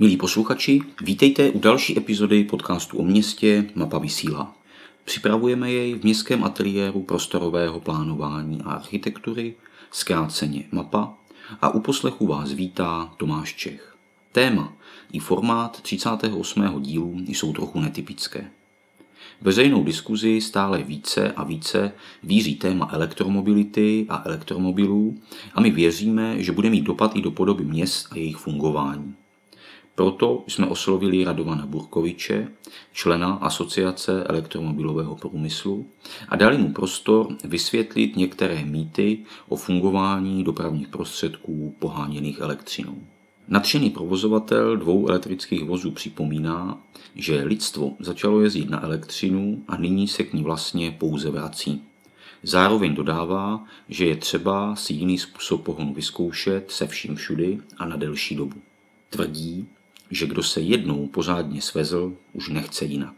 Milí posluchači, vítejte u další epizody podcastu o městě Mapa vysílá. Připravujeme jej v městském ateliéru prostorového plánování a architektury, zkráceně Mapa, a u poslechu vás vítá Tomáš Čech. Téma i formát 38. dílu jsou trochu netypické. Veřejnou diskuzi stále více a více víří téma elektromobility a elektromobilů a my věříme, že bude mít dopad i do podoby měst a jejich fungování. Proto jsme oslovili Radovana Burkoviče, člena Asociace elektromobilového průmyslu, a dali mu prostor vysvětlit některé mýty o fungování dopravních prostředků poháněných elektřinou. Nadšený provozovatel 2 elektrických vozů připomíná, že lidstvo začalo jezdit na elektřinu a nyní se k ní vlastně pouze vrací. Zároveň dodává, že je třeba si jiný způsob pohonu vyzkoušet se vším všudy a na delší dobu. Tvrdí, že kdo se jednou pořádně svezl, už nechce jinak.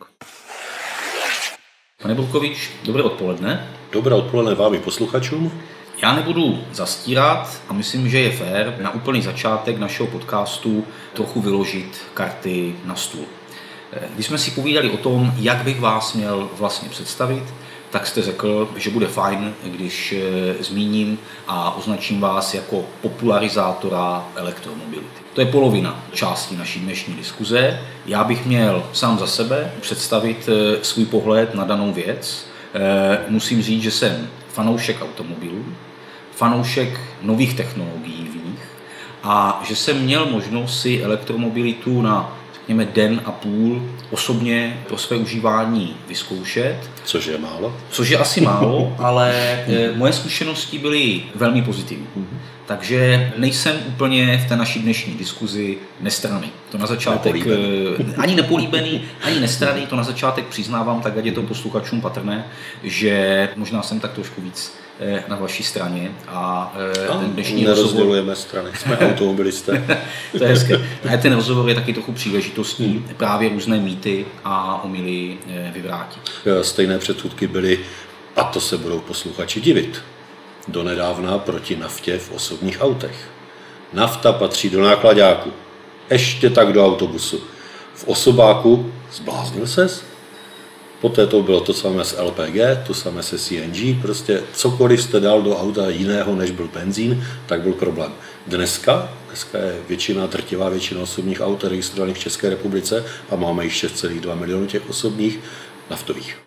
Pane Burkovič, dobré odpoledne. Dobré odpoledne vám i posluchačům. Já nebudu zastírat a myslím, že je fér na úplný začátek našeho podcastu trochu vyložit karty na stůl. Když jsme si povídali o tom, jak bych vás měl vlastně představit, tak jste řekl, že bude fajn, když zmíním a označím vás jako popularizátora elektromobility. To je polovina části naší dnešní diskuze. Já bych měl sám za sebe představit svůj pohled na danou věc. Musím říct, že jsem fanoušek automobilů, fanoušek nových technologií v nich a že jsem měl možnost si elektromobilitu na řekněme den a půl osobně pro své užívání vyzkoušet. Což je málo. Což je asi málo, ale moje zkušenosti byly velmi pozitivní. Takže nejsem úplně v té naší dnešní diskuzi nestranný. To na začátek ani nepolíbený, ani nestranný, to na začátek přiznávám, tak ať je to posluchačům patrné, že možná jsem tak trošku víc na vaší straně a ten dnešní nerozdělujeme strany, jsme automobilisté. To je hezké. A ten rozhovor je taky trochu příležitostí právě různé mýty a omyly vyvrátit. Stejné předsudky byly, a to se budou posluchači divit, donedávna proti naftě v osobních autech. Nafta patří do nákladáku, ještě tak do autobusu. V osobáku zbláznil ses? Poté to bylo to samé s LPG, to samé se CNG, prostě cokoliv jste dal do auta jiného, než byl benzín, tak byl problém. Dneska je drtivá většina osobních aut registrovaných v České republice a máme jich 6,2 milionu těch osobních naftových.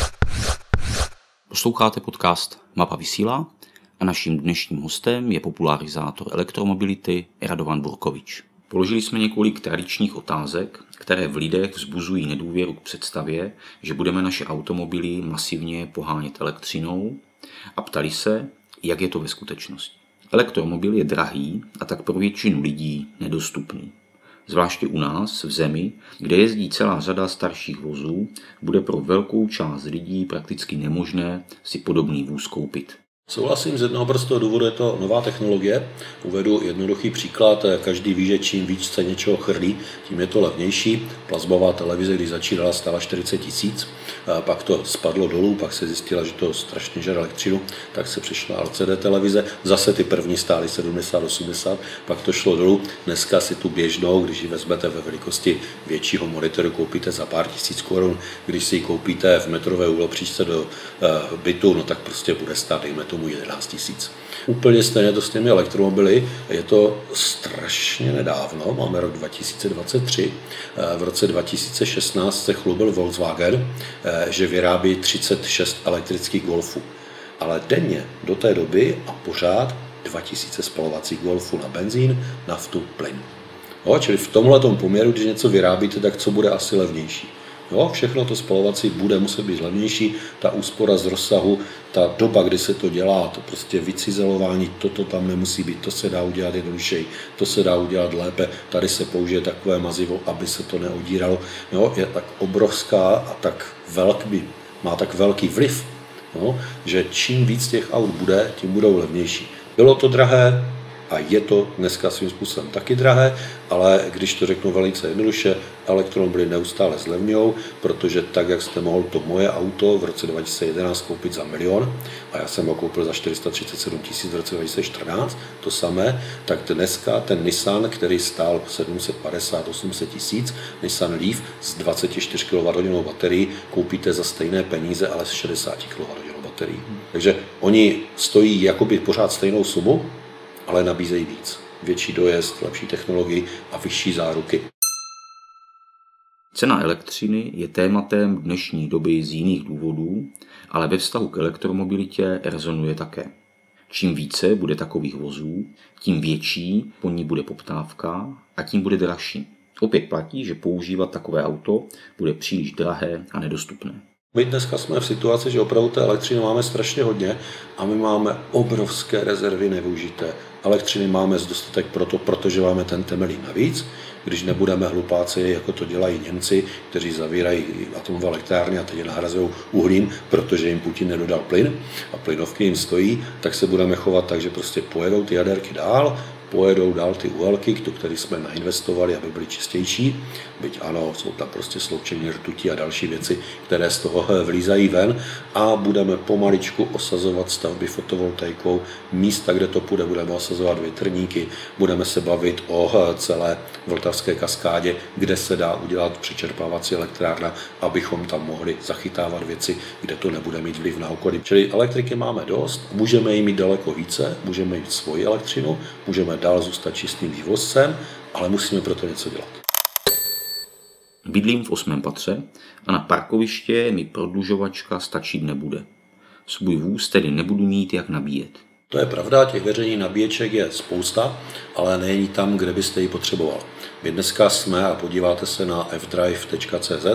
Posloucháte podcast Mapa vysílá a naším dnešním hostem je popularizátor elektromobility Radovan Burkovič. Položili jsme několik tradičních otázek, které v lidech vzbuzují nedůvěru k představě, že budeme naše automobily masivně pohánět elektřinou, a ptali se, jak je to ve skutečnosti. Elektromobil je drahý a tak pro většinu lidí nedostupný. Zvláště u nás, v zemi, kde jezdí celá řada starších vozů, bude pro velkou část lidí prakticky nemožné si podobný vůz koupit. Souhlasím, z jednoho prostého důvodu, je to nová technologie. Uvedu jednoduchý příklad. Každý ví, že čím víc se něčeho chrlí, tím je to levnější. Plazmová televize, když začínala, stála 40 000, pak to spadlo dolů, pak se zjistila, že to strašně žere elektřinu, tak se přešla LCD televize. Zase ty první stály 70-80, pak to šlo dolů. Dneska si tu běžnou, když ji vezmete ve velikosti většího monitoru, koupíte za pár tisíc korun. Když si ji koupíte v metrové úlopříčce do bytu, no tak prostě bude stát, dejme tomu, 11 000. Úplně stejně to s těmi elektromobily, je to strašně nedávno, máme rok 2023, v roce 2016 se chlubil Volkswagen, že vyrábí 36 elektrických Golfů, ale denně do té doby a pořád 2000 spalovacích Golfů na benzín, naftu, plyn. No, čili v tomhletom poměru, když něco vyrábíte, tak co bude asi levnější? Jo, všechno to spalovací bude muset být levnější, ta úspora z rozsahu, ta doba, kdy se to dělá, to prostě vycizelování, toto tam nemusí být, to se dá udělat jednodušeji, to se dá udělat lépe, tady se použije takové mazivo, aby se to neodíralo. Jo, je tak obrovská a má tak velký vliv, že čím víc těch aut bude, tím budou levnější. Bylo to drahé? A je to dneska svým způsobem taky drahé, ale když to řeknu velice jednoduše, elektromobily neustále zlevňují, protože tak, jak jste mohl to moje auto v roce 2011 koupit za 1 000 000 a já jsem ho koupil za 437 000 v roce 2014, to samé, tak dneska ten Nissan, který stál 750-800 tisíc, Nissan Leaf s 24 kWh baterií, koupíte za stejné peníze, ale s 60 kWh baterií. Takže oni stojí jakoby pořád stejnou sumu, ale nabízejí víc. Větší dojezd, lepší technologii a vyšší záruky. Cena elektřiny je tématem dnešní doby z jiných důvodů, ale ve vztahu k elektromobilitě rezonuje také. Čím více bude takových vozů, tím větší po ní bude poptávka a tím bude dražší. Opět platí, že používat takové auto bude příliš drahé a nedostupné. My dneska jsme v situaci, že opravdu té elektřiny máme strašně hodně a my máme obrovské rezervy nevyužité. Elektřiny máme z dostatek protože máme ten temelín navíc. Když nebudeme hlupáci, jako to dělají Němci, kteří zavírají atomové elektrárny a teď je nahrazují uhlím, protože jim Putin nedodal plyn a plynovky jim stojí, tak se budeme chovat tak, že prostě pojedou ty jaderky dál, pojedou dál ty uhelky, do kterých jsme nainvestovali, aby byly čistější. Byť ano, jsou tam prostě sloučení rtuti a další věci, které z toho vlízají ven a budeme pomaličku osazovat stavby fotovoltaikou. Místa, kde to půjde, budeme osazovat větrníky, budeme se bavit o celé Vltavské kaskádě, kde se dá udělat přečerpávací elektrárna, abychom tam mohli zachytávat věci, kde to nebude mít vliv na okolí. Čili elektriky máme dost, můžeme jí mít daleko více, můžeme mít svoji elektřinu, můžeme dál zůstat čistým vývozcem, ale musíme pro to něco dělat. Bydlím v 8. patře a na parkoviště mi prodlužovačka stačit nebude. Svůj vůz tedy nebudu mít jak nabíjet. To je pravda, těch veřejných nabíječek je spousta, ale není tam, kde byste ji potřeboval. My dneska jsme, a podíváte se na fdrive.cz,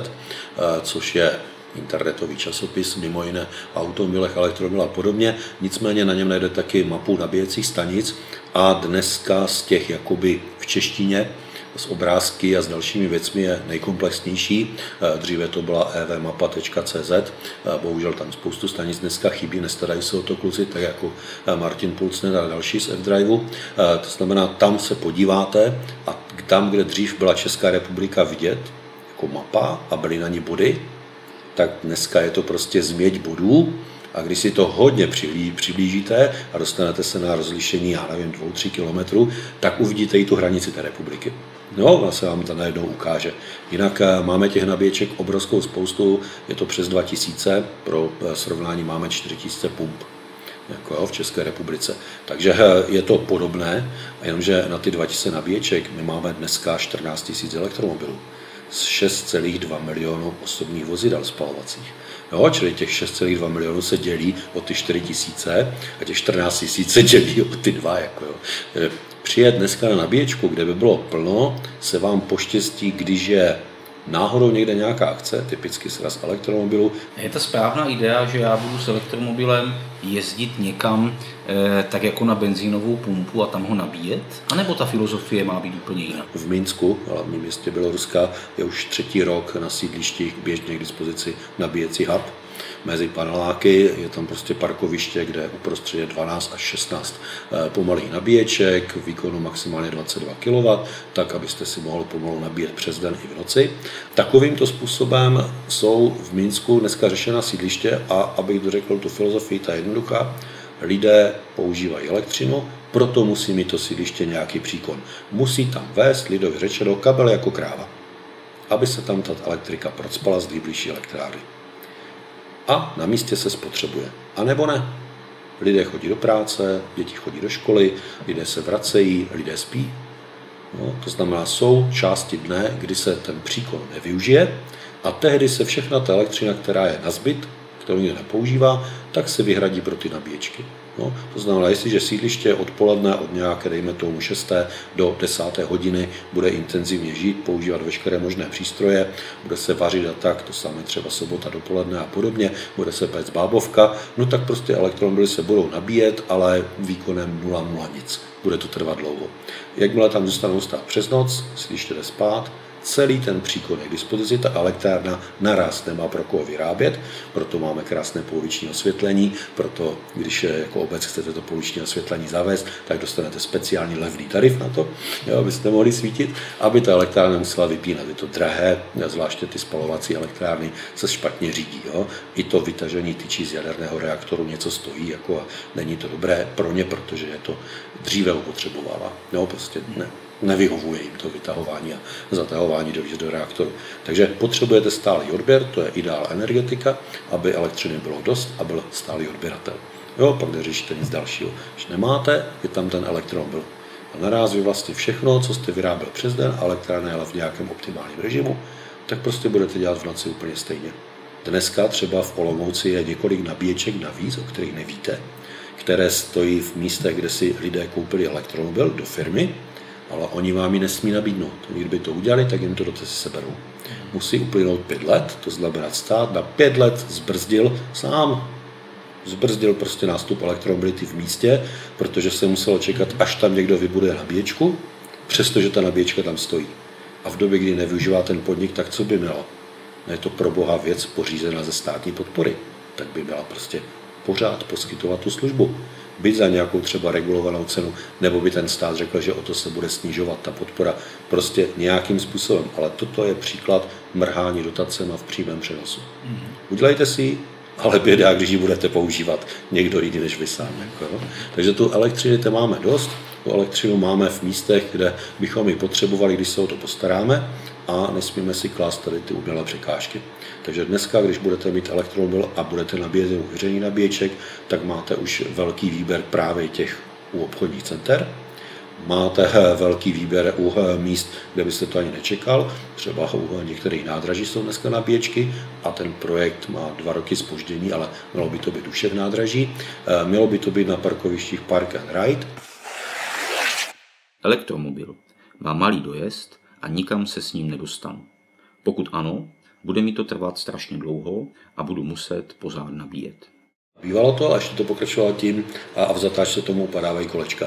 což je internetový časopis, mimo jiné o automobilech, elektromobilech a podobně. Nicméně na něm najde taky mapu nabíjecích stanic a dneska z těch jakoby v češtině s obrázky a s dalšími věcmi je nejkomplexnější. Dříve to byla evmapa.cz, bohužel tam spoustu stanic dneska chybí, nestarají se o to kluci, tak jako Martin Pulcner a další z F-Driveu. To znamená, tam se podíváte a tam, kde dřív byla Česká republika vidět jako mapa a byly na ní body, tak dneska je to prostě změť bodů. A když si to hodně přiblížíte a dostanete se na rozlišení, já nevím, 2-3 kilometrů, tak uvidíte i tu hranici té republiky. No, ona se vám to najednou ukáže. Jinak máme těch nabíječek obrovskou spoustu, je to přes 2000, pro srovnání máme 4000 pump jako v České republice. Takže je to podobné, jenomže na ty 2000 nabíječek my máme dneska 14 000 elektromobilů z 6,2 milionu osobních vozidel spalovacích. No, čili těch 6,2 milionů se dělí o ty 4 000 a těch 14 000 se dělí o ty 2. Jako jo. Přijet dneska na nabíječku, kde by bylo plno, se vám poštěstí, když je náhodou někde nějaká akce, typicky sraz elektromobilu. Je to správná idea, že já budu s elektromobilem jezdit někam tak jako na benzínovou pumpu a tam ho nabíjet? A nebo ta filozofie má být úplně jiná? V Minsku, hlavním městě Běloruska, je už 3. rok na sídlištích běžně k dispozici nabíjecí hub. Mezi paneláky je tam prostě parkoviště, kde uprostřed je 12 až 16 pomalých nabíječek, výkonu maximálně 22 kW, tak abyste si mohli pomalu nabíjet přes den i v noci. Takovýmto způsobem jsou v Minsku dneska řešena sídliště a abych dořekl tu filozofii, ta jednoduchá, lidé používají elektřinu, proto musí mít to sídliště nějaký příkon. Musí tam vést, lidově řečeno, kabel jako kráva, aby se tam ta elektrika procpala z nejbližší elektrárny. A na místě se spotřebuje. A nebo ne. Lidé chodí do práce, děti chodí do školy, lidé se vracejí, lidé spí. No, to znamená, jsou části dne, kdy se ten příkon nevyužije a tehdy se všechna ta elektřina, která je na zbyt, kterou nikdo nepoužívá, tak se vyhradí pro ty nabíječky. No, to znamená, jestliže sídliště odpoledne od nějaké, dejme tomu 6. do 10. hodiny bude intenzivně žít, používat veškeré možné přístroje, bude se vařit a tak, to samé třeba sobota dopoledne a podobně, bude se péct bábovka, no tak prostě elektromobily se budou nabíjet, ale výkonem 0,0 nic. Bude to trvat dlouho. Jakmile tam zůstanou stát přes noc, sídliště jde spát Celý ten příkon je k dispozici, ta elektrárna naraz nemá pro koho vyrábět, proto máme krásné pouliční osvětlení, proto když jako obec chcete to pouliční osvětlení zavést, tak dostanete speciální levný tarif na to, jo, abyste mohli svítit, aby ta elektrárna musela vypínat. Je to drahé, zvláště ty spalovací elektrárny se špatně řídí. Jo. I to vytažení tyčí z jaderného reaktoru něco stojí, jako a není to dobré pro ně, protože je to dříve upotřebovává. No, prostě ne. Nevyhovuje jim to vytahování a zatahování do reaktoru. Takže potřebujete stálý odběr, to je ideál energetika, aby elektřiny bylo dost a byl stálý odběratel. Jo, pak neřešíte nic dalšího. Když nemáte, je tam ten elektromobil. A naraz vy vlastně všechno, co jste vyráběl přes den, a elektrárna jela v nějakém optimálním režimu, tak prostě budete dělat v noci úplně stejně. Dneska třeba v Olomouci je několik nabíječek navíc, o kterých nevíte, které stojí v místech, kde si lidé koupili elektromobil do firmy, ale oni vám ji nesmí nabídnout. Kdyby to udělali, tak jim to do cesty seberou. Musí uplynout 5 let, to znamená stát na 5 let zbrzdil prostě nástup elektromobility v místě, protože se muselo čekat, až tam někdo vybuduje nabíječku, přestože ta nabíječka tam stojí. A v době, kdy nevyužívá ten podnik, tak co by mělo? Je to pro boha věc pořízená ze státní podpory. Tak by měla prostě pořád poskytovat tu službu. Byť za nějakou třeba regulovanou cenu, nebo by ten stát řekl, že o to se bude snižovat ta podpora prostě nějakým způsobem. Ale toto je příklad mrhání dotacema v přímém přenosu. Udělejte si ji, ale běda, když ji budete používat někdo jiný než vy sám. Jako. Takže tu elektřiny máme dost, tu elektřinu máme v místech, kde bychom ji potřebovali, když se o to postaráme, a nesmíme si klást tady ty umělé překážky. Takže dneska, když budete mít elektromobil a budete nabíjet u veřejných nabíječek, tak máte už velký výběr právě těch u obchodních center. Máte velký výběr u míst, kde byste to ani nečekal. Třeba u některých nádraží jsou dneska nabíječky a ten projekt má 2 roky zpoždění, ale mělo by to být u všech nádraží. Mělo by to být na parkovištích Park and Ride. Elektromobil má malý dojezd a nikam se s ním nedostanu. Pokud ano, bude mi to trvat strašně dlouho a budu muset pořád nabíjet. Bývalo to, až to pokračovalo tím a v zatáčce tomu upadávají kolečka.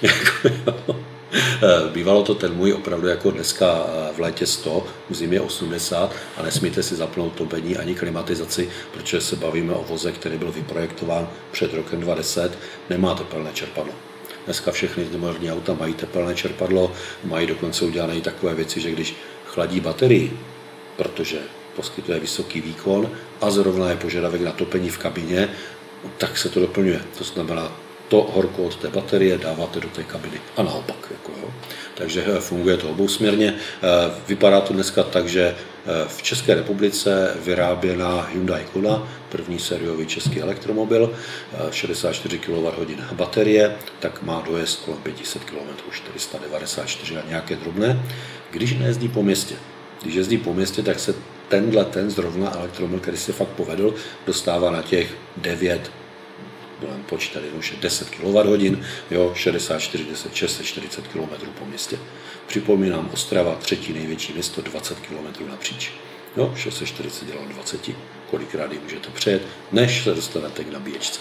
Bývalo to ten můj opravdu jako dneska v létě 100, v zimě 80 a nesmíte si zapnout topení ani klimatizaci, protože se bavíme o voze, který byl vyprojektován před rokem 2010, nemá tepelné čerpadlo. Dneska všechny ty moderní auta mají tepelné čerpadlo, mají dokonce udělané takové věci, že když chladí baterii, protože poskytuje vysoký výkon a zrovna je požadavek na topení v kabině, tak se to doplňuje. To znamená, to horko od té baterie dáváte do té kabiny a naopak. Takže funguje to obousměrně. Vypadá to dneska tak, že v České republice vyráběná Hyundai Kona, první sériový český elektromobil, 64 kWh baterie, tak má dojezd kolem 500 km, 494 a nějaké drobné, když nejezdí po městě. Když jezdí po městě, tak se ten zrovna elektromobil, který se fakt povedl, dostává na těch 9, budeme počítat už 10 kWh, 64, 10, 640 km po městě. Připomínám, Ostrava, 3. největší město, 20 km napříč. 640 dělá 20, kolikrát ji můžete přejet, než se dostanete k nabíječce.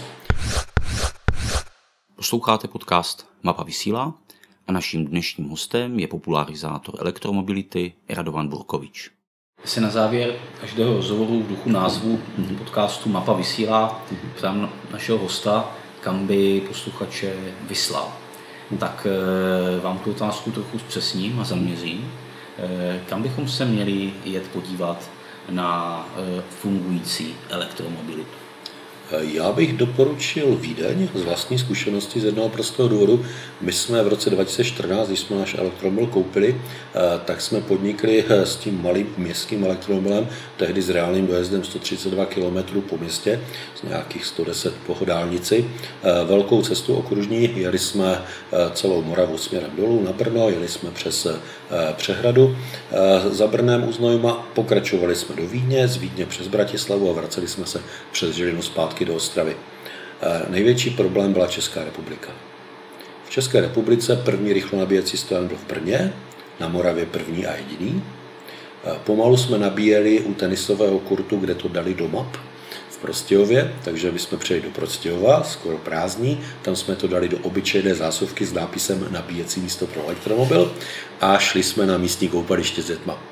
Posloucháte podcast Mapa vysílá a naším dnešním hostem je popularizátor elektromobility Radovan Burkovič. Si na závěr každého rozhovoru v duchu názvu podcastu Mapa vysílá ptám našeho hosta, kam by posluchače vyslal. Tak vám tu otázku trochu zpřesním a zaměřím. Kam bychom se měli jet podívat na fungující elektromobilitu? Já bych doporučil Vídeň z vlastní zkušenosti z jednoho prostého důvodu. My jsme v roce 2014, když jsme náš elektromobil koupili, tak jsme podnikli s tím malým městským elektromobilem, tehdy s reálným dojezdem 132 km po městě, z nějakých 110 po dálnici. Velkou cestu okružní, jeli jsme celou Moravu směrem dolů na Brno, jeli jsme přes přehradu za Brnem u Znojma, pokračovali jsme do Vídně, z Vídně přes Bratislavu a vraceli jsme se přes Žilinu zpátky do Ostravy. Největší problém byla Česká republika. V České republice první rychlonabíjecí stojan byl v Brně, na Moravě první a jediný. Pomalu jsme nabíjeli u tenisového kurtu, kde to dali do map v Prostějově, takže my jsme přijeli do Prostějova, skoro prázdní, tam jsme to dali do obyčejné zásuvky s nápisem nabíjecí místo pro elektromobil a šli jsme na místní koupaliště s dětma.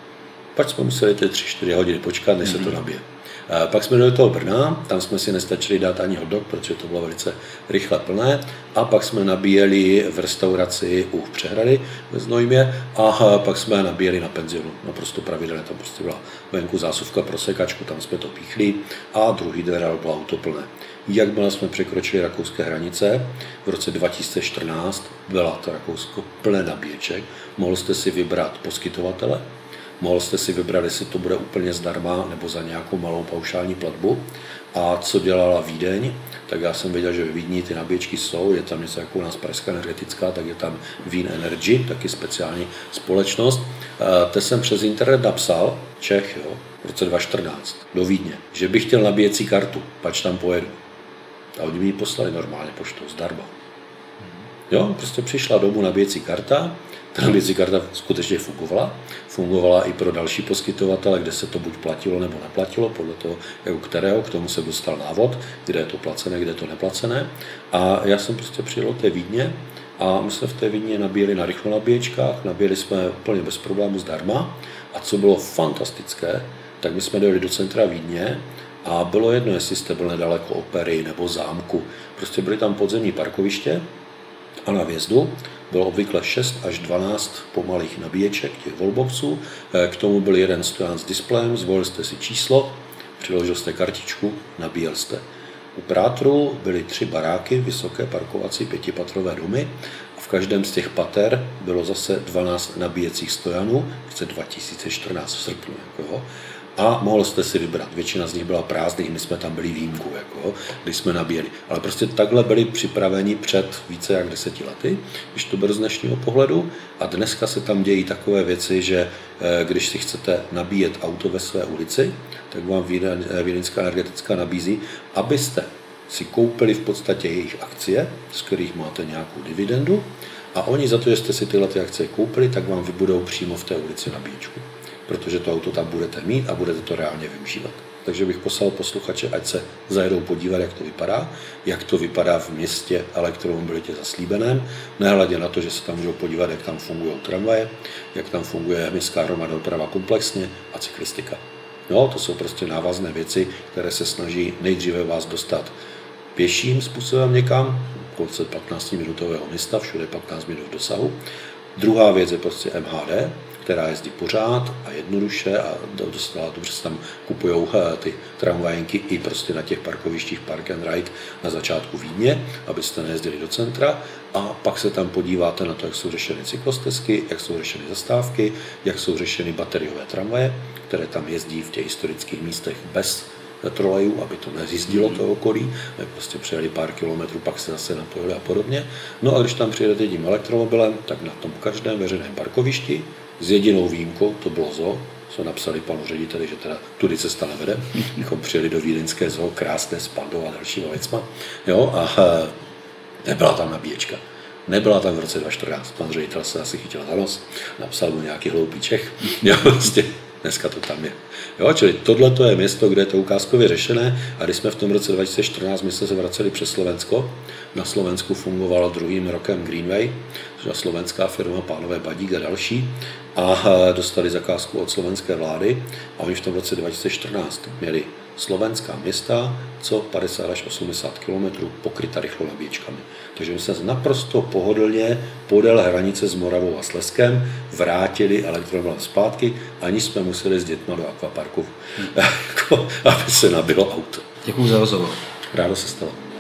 Pak jsme museli ty 3-4 hodiny počkat, než se to nabije. Pak jsme do toho Brna, tam jsme si nestačili dát ani hot dog, protože to bylo velice rychle plné. A pak jsme nabíjeli v restauraci u Přehrady ve Znojmě a pak jsme nabíjeli na penzionu. Naprosto pravidelně, tam prostě byla venku zásuvka pro sekačku, tam jsme to píchli a druhý den bylo auto plné. Jakmile jsme překročili rakouské hranice, v roce 2014 byla to Rakousko plné nabíječek, mohl jste si vybrat poskytovatele, mohl jste si vybrat, jestli to bude úplně zdarma nebo za nějakou malou paušální platbu. A co dělala Vídeň, tak já jsem věděl, že ve Vídni ty nabíječky jsou, je tam něco jako u nás Pražská energetická, tak je tam Wien Energy, taky speciální společnost. Teď jsem přes internet napsal, Čech, jo, v roce 2014 do Vídně, že bych chtěl nabíjecí kartu, pač tam pojedu. A oni mi ji poslali normálně poštou, zdarma. Jo, prostě přišla domů nabíjecí karta, ta nabíjecí karta skutečně fungovala i pro další poskytovatele, kde se to buď platilo nebo neplatilo, podle toho, jako kterého, k tomu se dostal návod, kde je to placené, kde je to neplacené. A já jsem prostě přijel do té Vídně a my jsme v té Vídni nabíjeli na rychlonabíječkách, nabíjeli jsme úplně bez problému zdarma. A co bylo fantastické, tak my jsme dojeli do centra Vídně a bylo jedno, jestli jste byl nedaleko opery nebo zámku. Prostě byly tam podzemní parkoviště a na vjezdu bylo obvykle 6 až 12 pomalých nabíječek, těch wallboxů. K tomu byl jeden stojan s displejem, zvolil jste si číslo, přiložil jste kartičku, nabíjel jste. U Prátru byly 3 baráky, vysoké parkovací 5patrové domy a v každém z těch pater bylo zase 12 nabíjecích stojanů v roce 2014 v srpnu. Jako, a mohl jste si vybrat. Většina z nich byla prázdných, my jsme tam byli výjimku, jako, když jsme nabíjeli. Ale prostě takhle byli připraveni před více jak 10 lety, když to beru z dnešního pohledu. A dneska se tam dějí takové věci, že když si chcete nabíjet auto ve své ulici, tak vám Vídeňská energetická nabízí, abyste si koupili v podstatě jejich akcie, z kterých máte nějakou dividendu, a oni za to, že jste si tyhle akcie koupili, tak vám vybudou přímo v té ulici nabíječku. Protože to auto tam budete mít a budete to reálně využívat. Takže bych poslal posluchače, ať se zajedou podívat, jak to vypadá v městě elektromobilitě zaslíbeném, nehledě na to, že se tam můžou podívat, jak tam fungují tramvaje, jak tam funguje městská hromadná doprava komplexně a cyklistika. No, to jsou prostě návazné věci, které se snaží nejdříve vás dostat pěším způsobem někam, konce 15-minutového města, všude 15 minut v dosahu. Druhá věc je prostě MHD, která jezdí pořád a jednoduše a dobře se tam kupujou ty tramvajenky i prostě na těch parkovištích Park and Ride na začátku Vídně, abyste nejezdili do centra, a pak se tam podíváte na to, jak jsou řešeny cyklostezky, jak jsou řešeny zastávky, jak jsou řešeny bateriové tramvaje, které tam jezdí v těch historických místech bez trolejů, aby to neřízdilo to okolí, aby prostě přijeli pár kilometrů, pak se zase napojili a podobně. No a když tam přijedete tím elektromobilem, tak na tom každém veřejném parkovišti s jedinou výjimkou, to bylo zoo, jsme napsali panu řediteli, že teda tudy cesta nevede, bychom přijeli do vídeňské zoo, krásné s pandou a dalšíma věcma, jo, a nebyla tam nabíječka. Nebyla tam v roce 2014, pan ředitel se asi chytil za nos, napsal mu nějaký hloupý Čech, jo, prostě dneska to tam je. Jo, čili tohle je město, kde je to ukázkově řešené, a když jsme v tom roce 2014 my jsme se vraceli přes Slovensko, na Slovensku fungovalo druhým rokem Greenway, což slovenská firma pánové Badík a další, a dostali zakázku od slovenské vlády a oni v tom roce 2014 měli slovenská města, co 50 až 80 km pokryta rychlonabíječkami. Takže my jsme se naprosto pohodlně podél hranice s Moravou a Slezskem vrátili elektromobilem zpátky, ani jsme museli s dětma do akvaparku, aby se nabilo auto. Děkuji za rozhovor. Rádo se stalo.